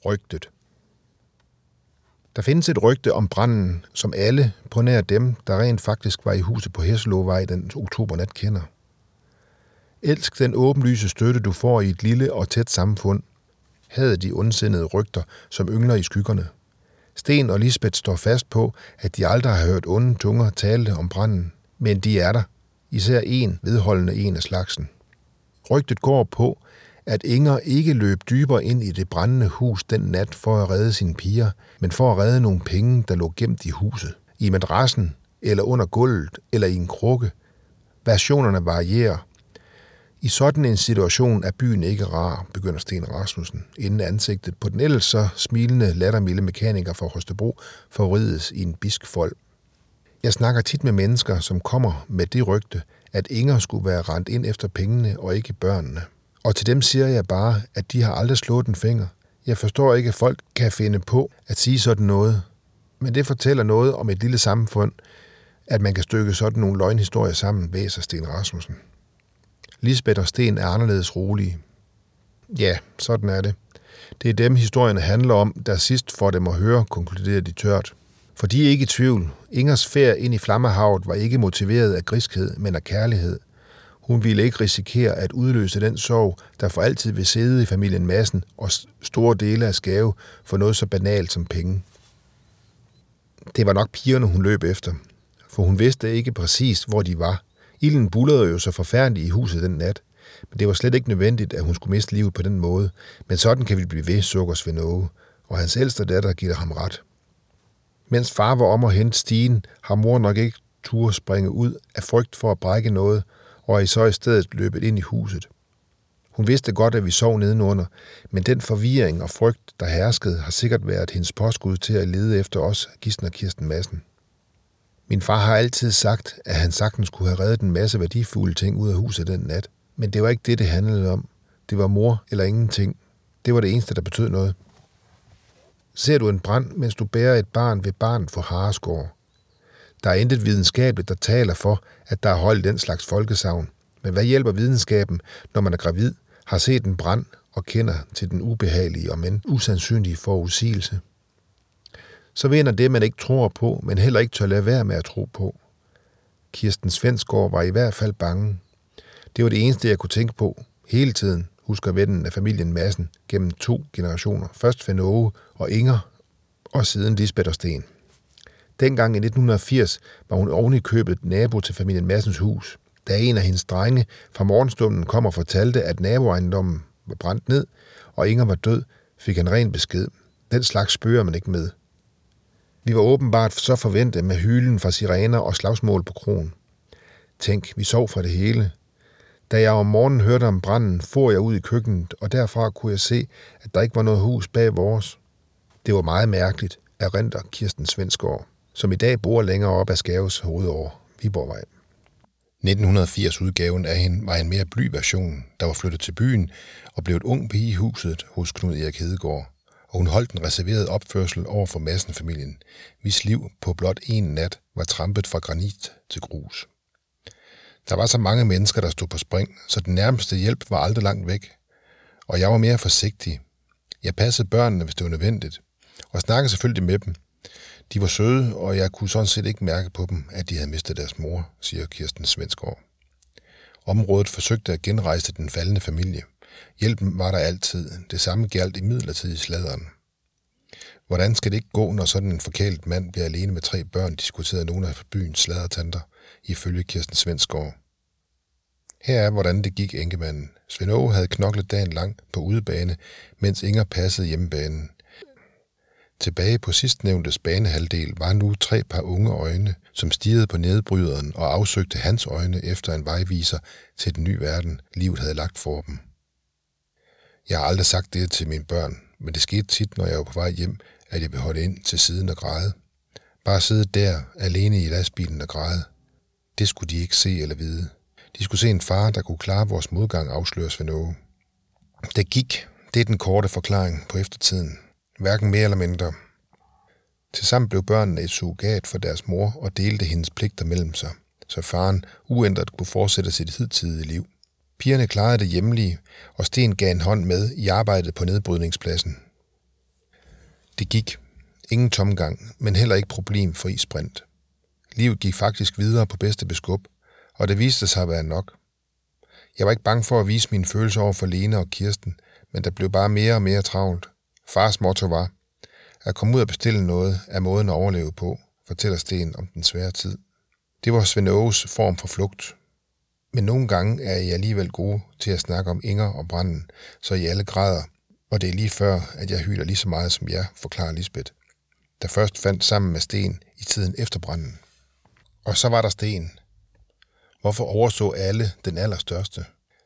Rygtet. Der findes et rygte om branden, som alle på nær dem, der rent faktisk var i huset på Hesselåvej den oktobernat kender. Elsk den åbenlyse støtte, du får i et lille og tæt samfund. Had de ondsindede rygter, som yngler i skyggerne. Sten og Lisbeth står fast på, at de aldrig har hørt onde tunger tale om branden, men de er der. Især en vedholdende en af slagsen. Rygtet går på, at Inger ikke løb dybere ind i det brændende hus den nat for at redde sine piger, men for at redde nogle penge, der lå gemt i huset. I madrassen, eller under gulvet, eller i en krukke. Versionerne varierer. I sådan en situation er byen ikke rar, begynder Sten Rasmussen, inden ansigtet på den ellers så smilende, lattermilde mekaniker fra Holstebro forvrides i en bisk fold. Jeg snakker tit med mennesker, som kommer med det rygte, at Inger skulle være rendt ind efter pengene og ikke børnene. Og til dem siger jeg bare, at de har aldrig slået en finger. Jeg forstår ikke, at folk kan finde på at sige sådan noget. Men det fortæller noget om et lille samfund, at man kan stykke sådan nogle løgnhistorier sammen, væser Sten Rasmussen. Lisbeth og Sten er anderledes rolige. Ja, sådan er det. Det er dem, historierne handler om, der sidst får dem at høre, konkluderer de tørt. For de er ikke i tvivl. Ingers færd ind i Flammehavet var ikke motiveret af griskhed, men af kærlighed. Hun ville ikke risikere at udløse den sorg, der for altid vil sidde i familien Madsen og store dele af Skave for noget så banalt som penge. Det var nok pigerne, hun løb efter, for hun vidste ikke præcis, hvor de var. Ilden buldrede jo så forfærdeligt i huset den nat, men det var slet ikke nødvendigt, at hun skulle miste livet på den måde. Men sådan kan vi blive ved, sukker Svend Åge, og hans ældste datter giver ham ret. Mens far var om at hente stigen, har mor nok ikke turde springe ud af frygt for at brække noget, og er så i stedet løbet ind i huset. Hun vidste godt, at vi sov nedenunder, men den forvirring og frygt, der herskede, har sikkert været hendes påskud til at lede efter os, Gislen og Kirsten Madsen. Min far har altid sagt, at han sagtens kunne have reddet en masse værdifulde ting ud af huset den nat, men det var ikke det handlede om. Det var mor eller ingenting. Det var det eneste, der betød noget. Ser du en brand, mens du bærer et barn, ved barnet for Hareskår? Der er intet videnskabeligt, der taler for, at der er hold i den slags folkesagn. Men hvad hjælper videnskaben, når man er gravid, har set en brand og kender til den ubehagelige og men usandsynlige forudsigelse? Så vinder det, man ikke tror på, men heller ikke tør lade være med at tro på. Kirsten Svensgaard var i hvert fald bange. Det var det eneste, jeg kunne tænke på hele tiden, husker vennen af familien Madsen gennem 2 generationer. Først Svend Åge og Inger, og siden Lisbeth og Sten. Dengang i 1980 var hun oven i købet nabo til familien Madsens hus. Da en af hendes drenge fra morgenstunden kom og fortalte, at naboejendommen var brændt ned, og Inger var død, fik han ren besked. Den slags spørger man ikke med. Vi var åbenbart så forventet med hylen fra sirener og slagsmål på kroen. Tænk, vi sov fra det hele. Da jeg om morgenen hørte om branden, for jeg ud i køkkenet, og derfra kunne jeg se, at der ikke var noget hus bag vores. Det var meget mærkeligt, erindrer Kirsten Svensgaard, som i dag bor længere op ad Skaves hovedår, Viborgvej. 1980-udgaven af hende var en mere bly version, der var flyttet til byen og blev et ung pige i huset hos Knud Erik Hedegaard, og hun holdt en reserveret opførsel over for Madsen-familien, hvis liv på blot en nat var trampet fra granit til grus. Der var så mange mennesker, der stod på spring, så den nærmeste hjælp var aldrig langt væk, og jeg var mere forsigtig. Jeg passede børnene, hvis det var nødvendigt, og snakkede selvfølgelig med dem. De var søde, og jeg kunne sådan set ikke mærke på dem, at de havde mistet deres mor, siger Kirsten Svensgaard. Området forsøgte at genrejse den faldende familie. Hjælpen var der altid. Det samme gjaldt imidlertid i sladeren. Hvordan skal det ikke gå, når sådan en forkælet mand bliver alene med 3 børn, diskuterede nogle af byens sladdertanter, ifølge Kirsten Svensgaard. Her er, hvordan det gik enkemanden. Svend Åge havde knoklet dagen lang på udebane, mens Inger passede hjemmebanen. Tilbage på sidstnævntes banehalvdel var nu 3 par unge øjne, som stirrede på nedbryderen og afsøgte hans øjne efter en vejviser til den nye verden, livet havde lagt for dem. Jeg har aldrig sagt det til mine børn, men det skete tit, når jeg var på vej hjem, at jeg ville holde ind til siden og græde. Bare sidde der, alene i lastbilen og græde. Det skulle de ikke se eller vide. De skulle se en far, der kunne klare vores modgang, afslører Svend Åge. Det gik. Det er den korte forklaring på eftertiden. Hverken mere eller mindre. Tilsammen blev børnene et surrogat for deres mor og delte hendes pligter mellem sig, så faren uændret kunne fortsætte sit hidtidige liv. Pigerne klarede det hjemlige, og Sten gav en hånd med i arbejdet på nedbrydningspladsen. Det gik. Ingen tomgang, men heller ikke problemfri sprint. Livet gik faktisk videre på bedste beskub, og det viste sig at være nok. Jeg var ikke bange for at vise mine følelser over for Lene og Kirsten, men der blev bare mere og mere travlt. Fars motto var, at komme ud og bestille noget er måden at overleve på, fortæller Sten om den svære tid. Det var Svend Åges form for flugt. Men nogle gange er I alligevel gode til at snakke om Inger og branden, så I alle græder, og det er lige før, at jeg hyler lige så meget som jer, forklarer Lisbeth, der først fandt sammen med Sten i tiden efter branden. Og så var der Sten. Hvorfor overså alle den allerstørste?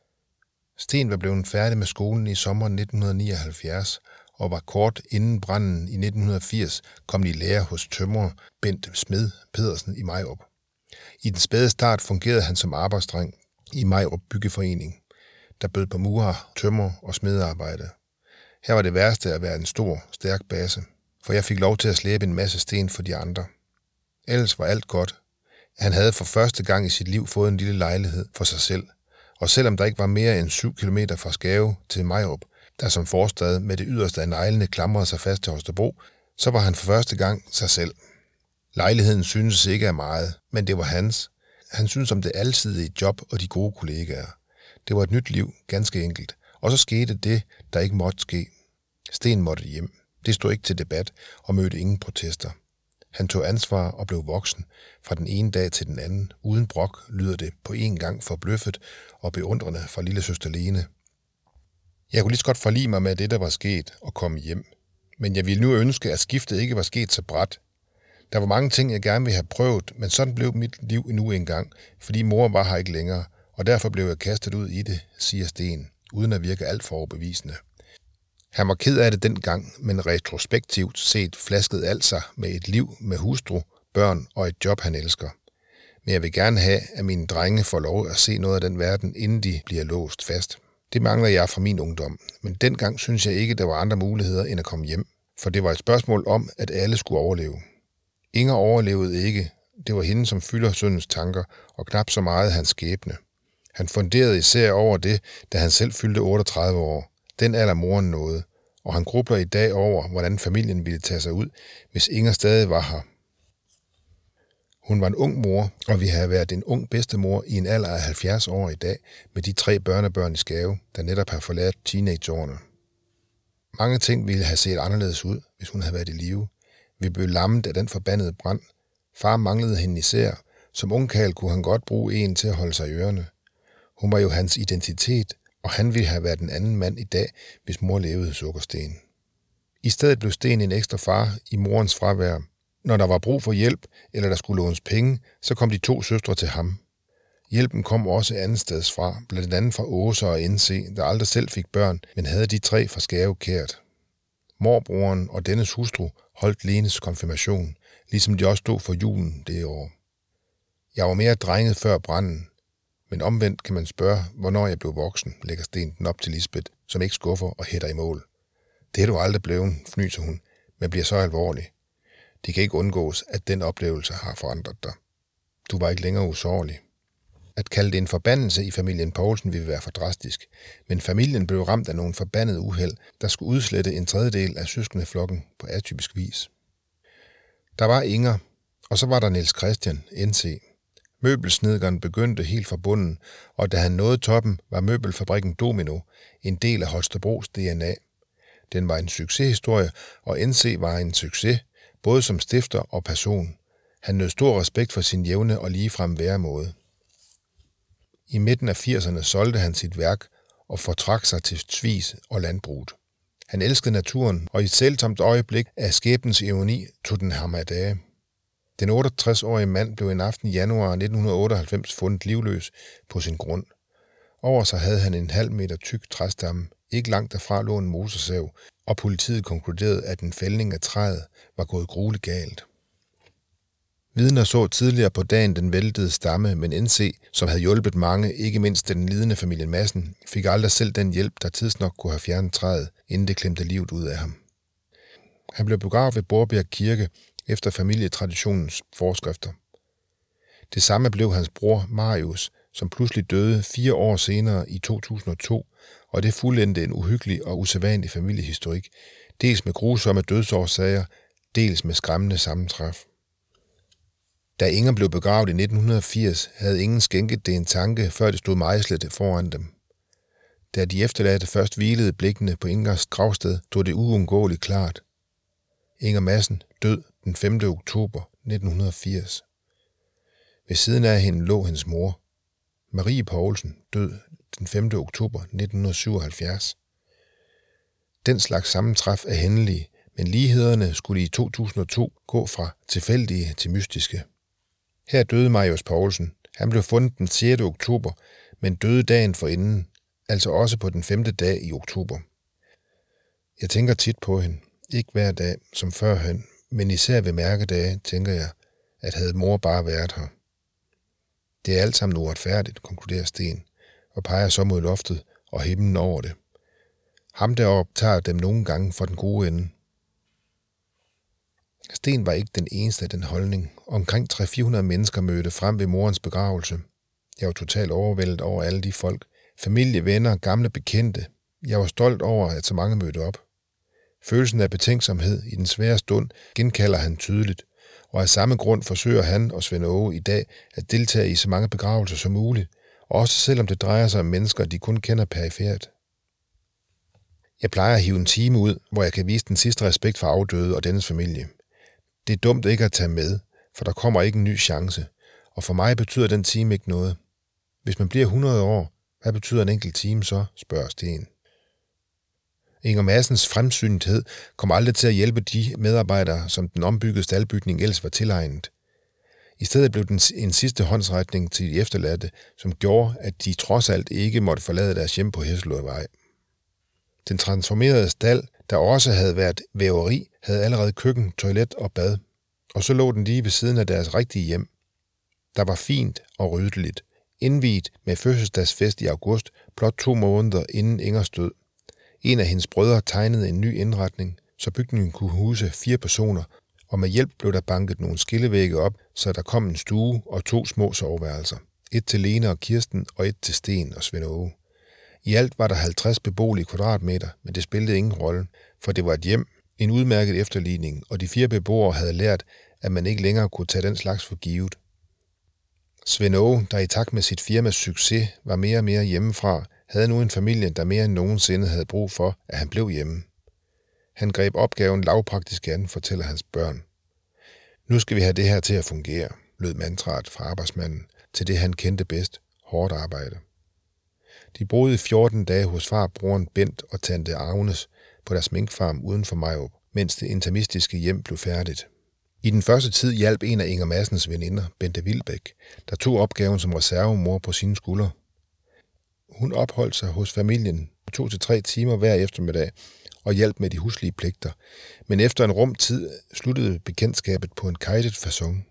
Sten var blevet færdig med skolen i sommeren 1979, og var kort inden branden i 1980 kom i lære hos tømrer Bent Smed Pedersen i Majrup. I den spæde start fungerede han som arbejdsdreng i Majrup Byggeforening, der bød på murer, tømrer og smedearbejde. Her var det værste at være en stor, stærk base, for jeg fik lov til at slæbe en masse sten for de andre. Ellers var alt godt. Han havde for første gang i sit liv fået en lille lejlighed for sig selv, og selvom der ikke var mere end 7 kilometer fra Skave til Majrup, der som forstad med det yderste af neglene klamrede sig fast til Holstebro, så var han for første gang sig selv. Lejligheden syntes ikke af meget, men det var hans. Han syntes om det alsidige job og de gode kollegaer. Det var et nyt liv, ganske enkelt. Og så skete det, der ikke måtte ske. Sten måtte hjem. Det stod ikke til debat og mødte ingen protester. Han tog ansvar og blev voksen. Fra den ene dag til den anden, uden brok, lyder det på en gang forbløffet og beundrende fra lille søster Lene. Jeg kunne lige så godt forlige mig med det, der var sket, og komme hjem. Men jeg ville nu ønske, at skiftet ikke var sket så brat. Der var mange ting, jeg gerne ville have prøvet, men sådan blev mit liv endnu en gang, fordi mor var her ikke længere, og derfor blev jeg kastet ud i det, siger Sten, uden at virke alt for overbevisende. Han var ked af det dengang, men retrospektivt set flaskede alt sig med et liv med hustru, børn og et job, han elsker. Men jeg vil gerne have, at mine drenge får lov at se noget af den verden, inden de bliver låst fast. Det mangler jeg fra min ungdom, men dengang synes jeg ikke, der var andre muligheder end at komme hjem, for det var et spørgsmål om, at alle skulle overleve. Inger overlevede ikke. Det var hende, som fylder sønnens tanker, og knap så meget hans skæbne. Han funderede især over det, da han selv fyldte 38 år. Den alder moren nåede, og han grubler i dag over, hvordan familien ville tage sig ud, hvis Inger stadig var her. Hun var en ung mor, og vi havde været en ung bedstemor i en alder af 70 år i dag, med de 3 børnebørn i Skave, der netop har forladt teenageårene. Mange ting ville have set anderledes ud, hvis hun havde været i live. Vi blev lammet af den forbandede brand. Far manglede hende især. Som ungkarl kunne han godt bruge en til at holde sig i ørerne. Hun var jo hans identitet, og han ville have været en anden mand i dag, hvis mor levede, sukker Sten. I stedet blev Sten en ekstra far i morens fravær. Når der var brug for hjælp, eller der skulle lånes penge, så kom de 2 søstre til ham. Hjælpen kom også andetsteds fra, blandt andet fra Åse og NC, der aldrig selv fik børn, men havde de 3 fra Skave kært. Morbroren og dennes hustru holdt Lenes konfirmation, ligesom de også stod for julen det år. Jeg var mere drenget før branden, men omvendt kan man spørge, hvornår jeg blev voksen, lægger Sten den op til Lisbeth, som ikke skuffer og hætter i mål. Det er du aldrig blevet, fnyser hun, men bliver så alvorlig. Det kan ikke undgås, at den oplevelse har forandret dig. Du var ikke længere usårlig. At kalde det en forbandelse i familien Poulsen ville være for drastisk, men familien blev ramt af nogle forbandede uheld, der skulle udslette en tredjedel af søskendeflokken på atypisk vis. Der var Inger, og så var der Niels Christian, NC. Møbelsnedgeren begyndte helt fra bunden, og da han nåede toppen, var møbelfabrikken Domino en del af Holstebros DNA. Den var en succeshistorie, og NC var en succes, både som stifter og person. Han nød stor respekt for sin jævne og ligefrem væremåde. I midten af 80'erne solgte han sit værk og fortrak sig til Tvis og landbruget. Han elskede naturen, og i et selvtomt øjeblik af skæbnens ironi tog den ham af dage. Den 68-årige mand blev en aften i januar 1998 fundet livløs på sin grund. Over sig havde han en halv meter tyk træstamme. Ikke langt derfra lå en motorsav, og politiet konkluderede, at en fældning af træet var gået grueligt galt. Vidner så tidligere på dagen den væltede stamme, men NC, som havde hjulpet mange, ikke mindst den lidende familie Madsen, fik aldrig selv den hjælp, der tidsnok kunne have fjernet træet, inden det klemte livet ud af ham. Han blev begravet ved Borbjerg Kirke efter familietraditionens forskrifter. Det samme blev hans bror Marius, som pludselig døde 4 år senere i 2002, og det fuldendte en uhyggelig og usædvanlig familiehistorik, dels med grusomme dødsårsager, dels med skræmmende sammentræf. Da Inger blev begravet i 1980, havde ingen skænket det en tanke, før det stod mejslet foran dem. Da de efterladte først hvilede blikkene på Ingers gravsted, stod det uundgåeligt klart. Inger Madsen død den 5. oktober 1980. Ved siden af hende lå hendes mor, Marie Poulsen, død den 5. oktober 1977. Den slags sammentræf er hændelige, men lighederne skulle i 2002 gå fra tilfældige til mystiske. Her døde Marius Poulsen. Han blev fundet den 6. oktober, men døde dagen forinden, altså også på den 5. dag i oktober. Jeg tænker tit på hende. Ikke hver dag, som førhen, men især ved mærkedage, tænker jeg, at havde mor bare været her. Det er alt sammen uretfærdigt, konkluderer Sten, og peger så mod loftet og himlen over det. Ham deroppe tager dem nogle gange for den gode ende. Sten var ikke den eneste af den holdning. Omkring 300-400 mennesker mødte frem ved morens begravelse. Jeg var totalt overvældet over alle de folk. Familie, venner, gamle bekendte. Jeg var stolt over, at så mange mødte op. Følelsen af betænksomhed i den svære stund genkalder han tydeligt, og af samme grund forsøger han og Svend Åge i dag at deltage i så mange begravelser som muligt, også selvom det drejer sig om mennesker, de kun kender perifært. Jeg plejer at hive en time ud, hvor jeg kan vise den sidste respekt for afdøde og dennes familie. Det er dumt ikke at tage med, for der kommer ikke en ny chance, og for mig betyder den time ikke noget. Hvis man bliver 100 år, hvad betyder en enkelt time så, spørger Sten. Inger Madsens fremsynethed kom aldrig til at hjælpe de medarbejdere, som den ombyggede staldbygning ellers var tilegnet. I stedet blev den en sidste håndsrækning til de efterladte, som gjorde, at de trods alt ikke måtte forlade deres hjem på Hesseløvej. Den transformerede stald, der også havde været væveri, havde allerede køkken, toilet og bad, og så lå den lige ved siden af deres rigtige hjem. Der var fint og ryddeligt, indviet med fødselsdagsfest i august, blot 2 måneder inden Ingers død. En af hendes brødre tegnede en ny indretning, så bygningen kunne huse 4 personer, og med hjælp blev der banket nogle skillevægge op, så der kom en stue og 2 små soveværelser. Et til Lene og Kirsten, og et til Sten og Svend Åge. I alt var der 50 beboelige kvadratmeter, men det spillede ingen rolle, for det var et hjem, en udmærket efterligning, og de 4 beboere havde lært, at man ikke længere kunne tage den slags for givet. Svend Åge, der i takt med sit firmas succes var mere og mere hjemmefra, havde nu en familie, der mere end nogensinde havde brug for, at han blev hjemme. Han greb opgaven lavpraktisk an, fortæller hans børn. Nu skal vi have det her til at fungere, lød mantraet fra arbejdsmanden til det, han kendte bedst, hårdt arbejde. De boede 14 dage hos farbroren Bent og tante Agnes på deres minkfarm uden for Majrup, mens det interimistiske hjem blev færdigt. I den første tid hjalp en af Inger Madsens veninder, Bente Wilbæk, der tog opgaven som reservemor på sine skuldre. Hun opholdt sig hos familien 2 til 3 timer hver eftermiddag og hjalp med de huslige pligter, men efter en rum tid sluttede bekendtskabet på en kejtet facon.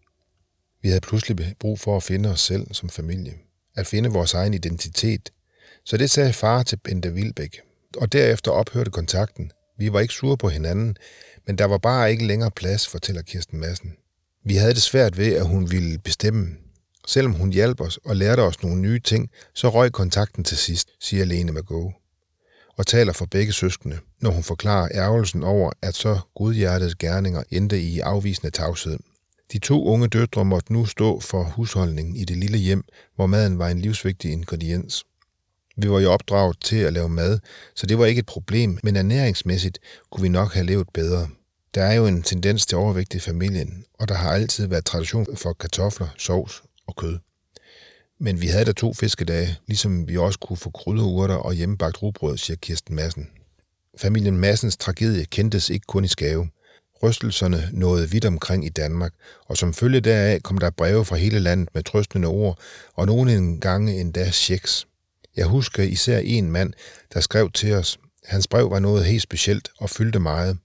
Vi havde pludselig brug for at finde os selv som familie, at finde vores egen identitet, så det sagde far til Bente Wilbæk, og derefter ophørte kontakten. Vi var ikke sure på hinanden, men der var bare ikke længere plads, fortæller Kirsten Madsen. Vi havde det svært ved, at hun ville bestemme. Selvom hun hjalp os og lærte os nogle nye ting, så røg kontakten til sidst, siger Lene Margaux, og taler for begge søskende, når hun forklarer ærgelsen over, at så godhjertede gerninger endte i afvisende tavshed. De 2 unge døtre måtte nu stå for husholdningen i det lille hjem, hvor maden var en livsvigtig ingrediens. Vi var jo opdraget til at lave mad, så det var ikke et problem, men ernæringsmæssigt kunne vi nok have levet bedre. Der er jo en tendens til overvægt i familien, og der har altid været tradition for kartofler, sovs og kød. Men vi havde da 2 fiskedage, ligesom vi også kunne få krydderurter og hjemmebagt rugbrød, siger Kirsten Madsen. Familien Madsens tragedie kendtes ikke kun i Skave. Rystelserne nåede vidt omkring i Danmark, og som følge deraf kom der breve fra hele landet med trøstende ord, og nogle gange endda checks. Jeg husker især en mand, der skrev til os. Hans brev var noget helt specielt og fyldte meget.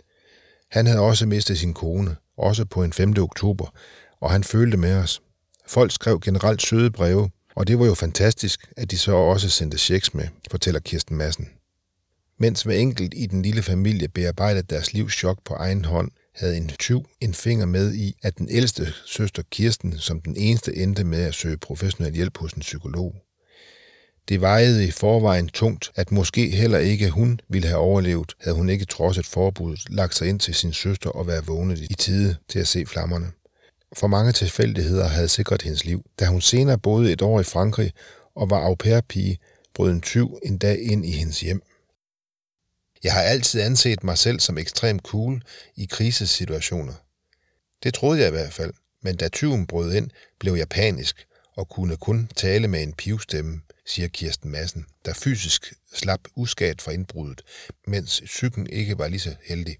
Han havde også mistet sin kone, også på en 5. oktober, og han følte med os. Folk skrev generelt søde breve, og det var jo fantastisk, at de så også sendte checks med, fortæller Kirsten Madsen. Mens hver enkelt i den lille familie bearbejdede deres livs chok på egen hånd, havde en tyv en finger med i, at den ældste søster Kirsten som den eneste endte med at søge professionel hjælp hos en psykolog. Det vejede i forvejen tungt, at måske heller ikke hun ville have overlevet, havde hun ikke trodset forbuddet, lagt sig ind til sin søster og været vågnet i tide til at se flammerne. For mange tilfældigheder havde sikret hendes liv. Da hun senere boede et år i Frankrig og var au pair-pige, brød en tyv en dag ind i hendes hjem. Jeg har altid anset mig selv som ekstremt cool i krisesituationer. Det troede jeg i hvert fald, men da tyven brød ind, blev jeg panisk og kunne kun tale med en pivstemme, siger Kirsten Madsen, der fysisk slap uskadt fra indbruddet, mens psyken ikke var lige så heldig.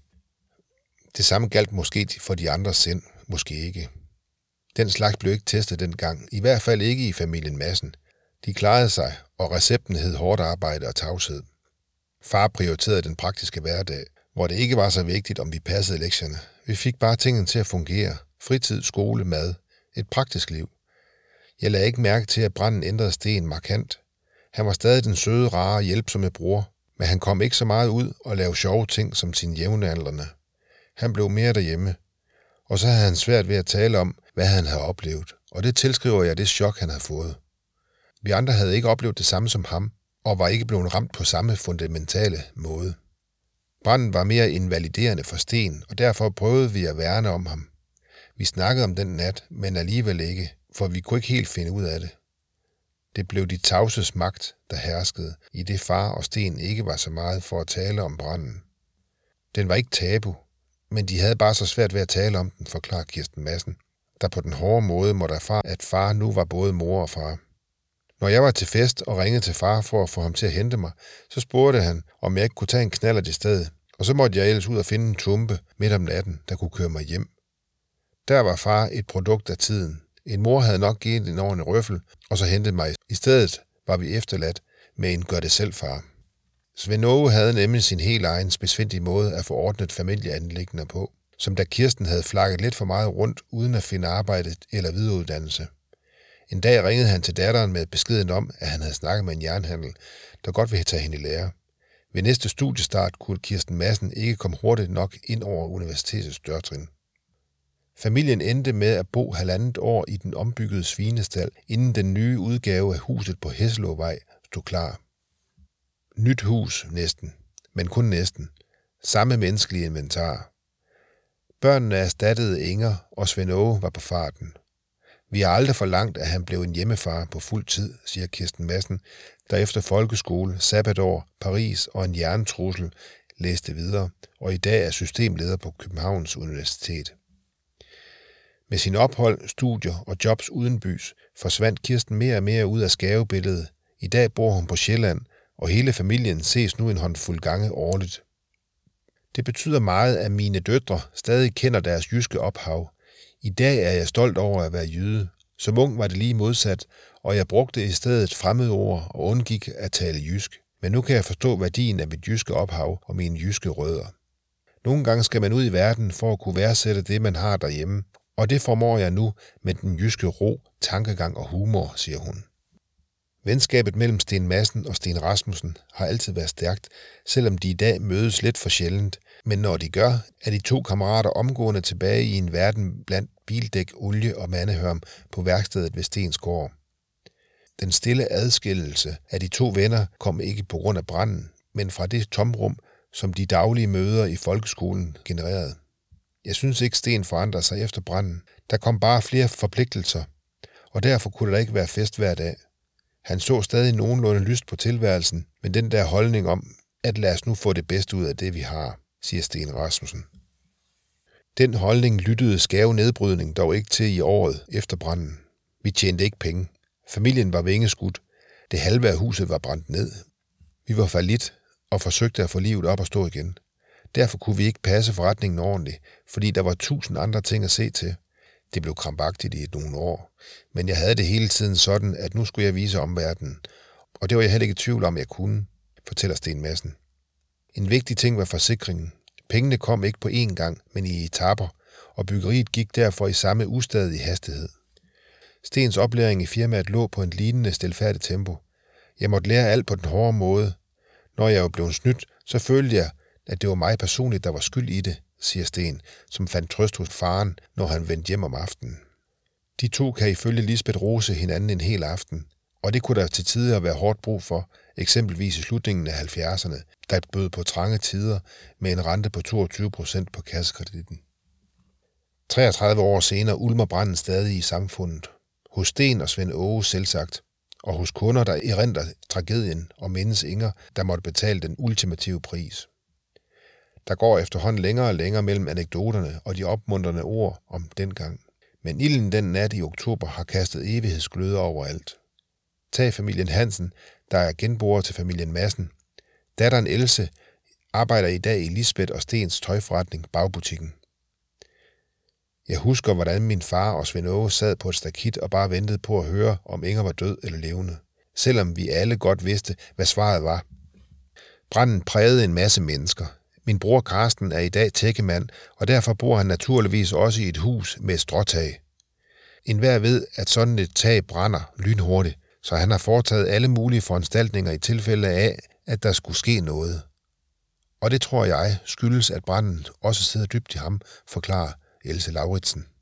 Det samme galt måske for de andres sind, måske ikke. Den slags blev ikke testet dengang, i hvert fald ikke i familien Madsen. De klarede sig, og recepten hed hårdt arbejde og tavshed. Far prioriterede den praktiske hverdag, hvor det ikke var så vigtigt, om vi passede lektierne. Vi fik bare tingene til at fungere. Fritid, skole, mad. Et praktisk liv. Jeg lagde ikke mærke til, at branden ændrede Sten markant. Han var stadig den søde, rare, hjælpsomme bror, men han kom ikke så meget ud og lavede sjove ting som sine jævnaldrende. Han blev mere derhjemme, og så havde han svært ved at tale om, hvad han havde oplevet, og det tilskriver jeg det chok, han havde fået. Vi andre havde ikke oplevet det samme som ham, og var ikke blevet ramt på samme fundamentale måde. Branden var mere invaliderende for Sten, og derfor prøvede vi at værne om ham. Vi snakkede om den nat, men alligevel ikke, for vi kunne ikke helt finde ud af det. Det blev de tavses magt, der herskede, i det far og Sten ikke var så meget for at tale om branden. Den var ikke tabu, men de havde bare så svært ved at tale om den, forklarer Kirsten Madsen, der på den hårde måde måtte erfare, at far nu var både mor og far. Når jeg var til fest og ringede til far for at få ham til at hente mig, så spurgte han, om jeg ikke kunne tage en knallert i stedet, og så måtte jeg ellers ud og finde en tumpe midt om natten, der kunne køre mig hjem. Der var far et produkt af tiden. En mor havde nok givet en ordentlig røffel, og så hentede mig. I stedet var vi efterladt med en gør-det-selv-far. Svend Åge havde nemlig sin helt egen spidsfindige måde at få ordnet familieanliggender på, som da Kirsten havde flakket lidt for meget rundt uden at finde arbejde eller videreuddannelse. En dag ringede han til datteren med beskeden om, at han havde snakket med en jernhandel, der godt ville tage hende i lære. Ved næste studiestart kunne Kirsten Madsen ikke komme hurtigt nok ind over universitetets dørtrin. Familien endte med at bo 1,5 år i den ombyggede svinestal, inden den nye udgave af huset på Hesselåvej stod klar. Nyt hus næsten, men kun næsten. Samme menneskelige inventar. Børnene erstattede Inger, og Svend Åge var på farten. Vi har aldrig forlangt, at han blev en hjemmefar på fuld tid, siger Kirsten Madsen, der efter folkeskole, sabbatår, Paris og en hjernetrussel læste videre, og i dag er systemleder på Københavns Universitet. Med sin ophold, studier og jobs udenbys forsvandt Kirsten mere og mere ud af skævebilledet. I dag bor hun på Sjælland, og hele familien ses nu en håndfuld gange årligt. Det betyder meget, at mine døtre stadig kender deres jyske ophav. I dag er jeg stolt over at være jyde. Som ung var det lige modsat, og jeg brugte i stedet fremmedord og undgik at tale jysk. Men nu kan jeg forstå værdien af mit jyske ophav og mine jyske rødder. Nogle gange skal man ud i verden for at kunne værdsætte det, man har derhjemme, og det formår jeg nu med den jyske ro, tankegang og humor, siger hun. Venskabet mellem Sten Madsen og Sten Rasmussen har altid været stærkt, selvom de i dag mødes lidt for sjældent. Men når de gør, er de to kammerater omgående tilbage i en verden blandt bildæk, olie og mandehørm på værkstedet ved Stensgård. Den stille adskillelse af de to venner kom ikke på grund af branden, men fra det tomrum, som de daglige møder i folkeskolen genererede. Jeg synes ikke, Sten forandrede sig efter branden. Der kom bare flere forpligtelser, og derfor kunne der ikke være fest hver dag. Han så stadig nogenlunde lyst på tilværelsen, men den der holdning om, at lad os nu få det bedste ud af det, vi har, siger Sten Rasmussen. Den holdning lyttede skæve nedbrydning dog ikke til i året efter branden. Vi tjente ikke penge. Familien var vingeskudt. Det halve af huset var brændt ned. Vi var fallit og forsøgte at få livet op og stå igen. Derfor kunne vi ikke passe forretningen ordentligt, fordi der var 1000 andre ting at se til. Det blev krampagtigt i nogle år, men jeg havde det hele tiden sådan, at nu skulle jeg vise omverdenen, og det var jeg heller ikke i tvivl om, jeg kunne, fortæller Sten Madsen. En vigtig ting var forsikringen. Pengene kom ikke på én gang, men i etaper, og byggeriet gik derfor i samme ustadige hastighed. Stens oplæring i firmaet lå på en lignende stilfærdigt tempo. Jeg måtte lære alt på den hårde måde. Når jeg var blevet snydt, så følte jeg, at det var mig personligt, der var skyld i det, siger Sten, som fandt trøst hos faren, når han vendte hjem om aftenen. De to kan ifølge Lisbeth rose hinanden en hel aften, Og det kunne der til tider være hårdt brug for, eksempelvis i slutningen af 70'erne, der bød på trange tider med en rente på 22% på kassekreditten. 33 år senere ulmer branden stadig i samfundet. Hos Sten og Svend Åge selvsagt, og hos kunder, der erindrer tragedien og mindes Inger, der måtte betale den ultimative pris. Der går efterhånden længere og længere mellem anekdoterne og de opmuntrende ord om dengang. Men ilden den nat i oktober har kastet evighedsgløder overalt. Tag familien Hansen, der er genboer til familien Madsen. Datteren Else arbejder i dag i Lisbeth og Stens tøjforretning Bagbutikken. Jeg husker, hvordan min far og Svend Åge sad på et stakit og bare ventede på at høre, om Inger var død eller levende. Selvom vi alle godt vidste, hvad svaret var. Branden prægede en masse mennesker. Min bror Karsten er i dag tækkemand, og derfor bor han naturligvis også i et hus med et stråtag. Enhver ved, at sådan et tag brænder lynhurtigt, så han har foretaget alle mulige foranstaltninger i tilfælde af, at der skulle ske noget. Og det tror jeg skyldes, at branden også sidder dybt i ham, forklarer Else Lauritsen.